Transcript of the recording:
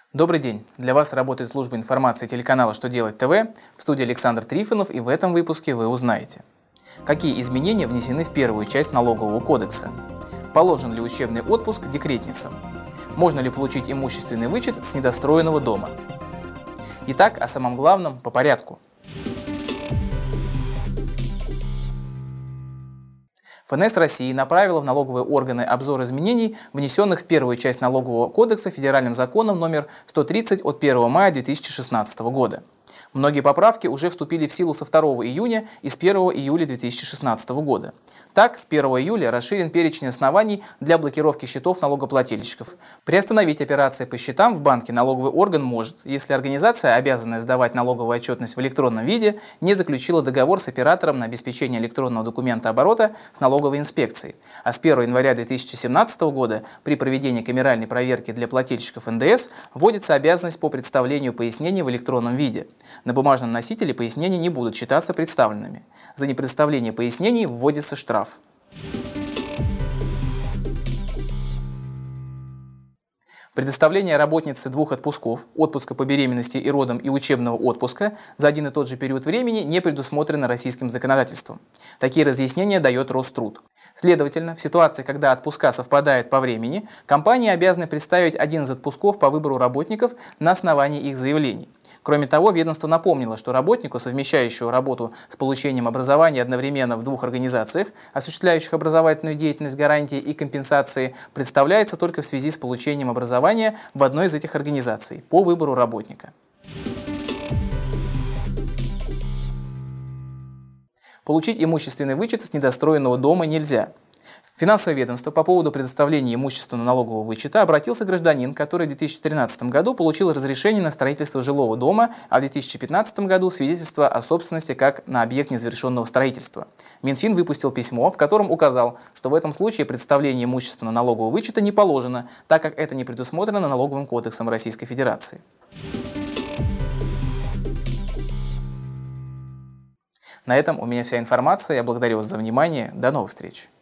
Добрый день! Для вас работает служба информации телеканала «Что делать ТВ», в студии Александр Трифонов, и в этом выпуске вы узнаете: какие изменения внесены в первую часть налогового кодекса, положен ли учебный отпуск декретницам, можно ли получить имущественный вычет с недостроенного дома. Итак, о самом главном по порядку. ФНС России направила в налоговые органы обзор изменений, внесенных в первую часть Налогового кодекса федеральным законом номер 130 от 1 мая 2016 года. Многие поправки уже вступили в силу со 2 июня и с 1 июля 2016 года. Так, с 1 июля расширен перечень оснований для блокировки счетов налогоплательщиков. Приостановить операции по счетам в банке налоговый орган может, если организация, обязанная сдавать налоговую отчетность в электронном виде, не заключила договор с оператором на обеспечение электронного документа оборота с налоговой инспекцией. А с 1 января 2017 года при проведении камеральной проверки для плательщиков НДС вводится обязанность по представлению пояснений в электронном виде. На бумажном носителе пояснения не будут считаться представленными. За непредставление пояснений вводится штраф. Предоставление работнице двух отпусков, отпуска по беременности и родам и учебного отпуска за один и тот же период времени не предусмотрено российским законодательством. Такие разъяснения дает Роструд. Следовательно, в ситуации, когда отпуска совпадают по времени, компании обязаны представить один из отпусков по выбору работников на основании их заявлений. Кроме того, ведомство напомнило, что работнику, совмещающему работу с получением образования одновременно в двух организациях, осуществляющих образовательную деятельность гарантии и компенсации, представляется только в связи с получением образования в одной из этих организаций по выбору работника. Получить имущественный вычет с недостроенного дома нельзя. Финансовое ведомство по поводу предоставления имущественного налогового вычета обратился гражданин, который в 2013 году получил разрешение на строительство жилого дома, а в 2015 году свидетельство о собственности как на объект незавершенного строительства. Минфин выпустил письмо, в котором указал, что в этом случае представление имущественного налогового вычета не положено, так как это не предусмотрено Налоговым кодексом Российской Федерации. На этом у меня вся информация. Я благодарю вас за внимание. До новых встреч!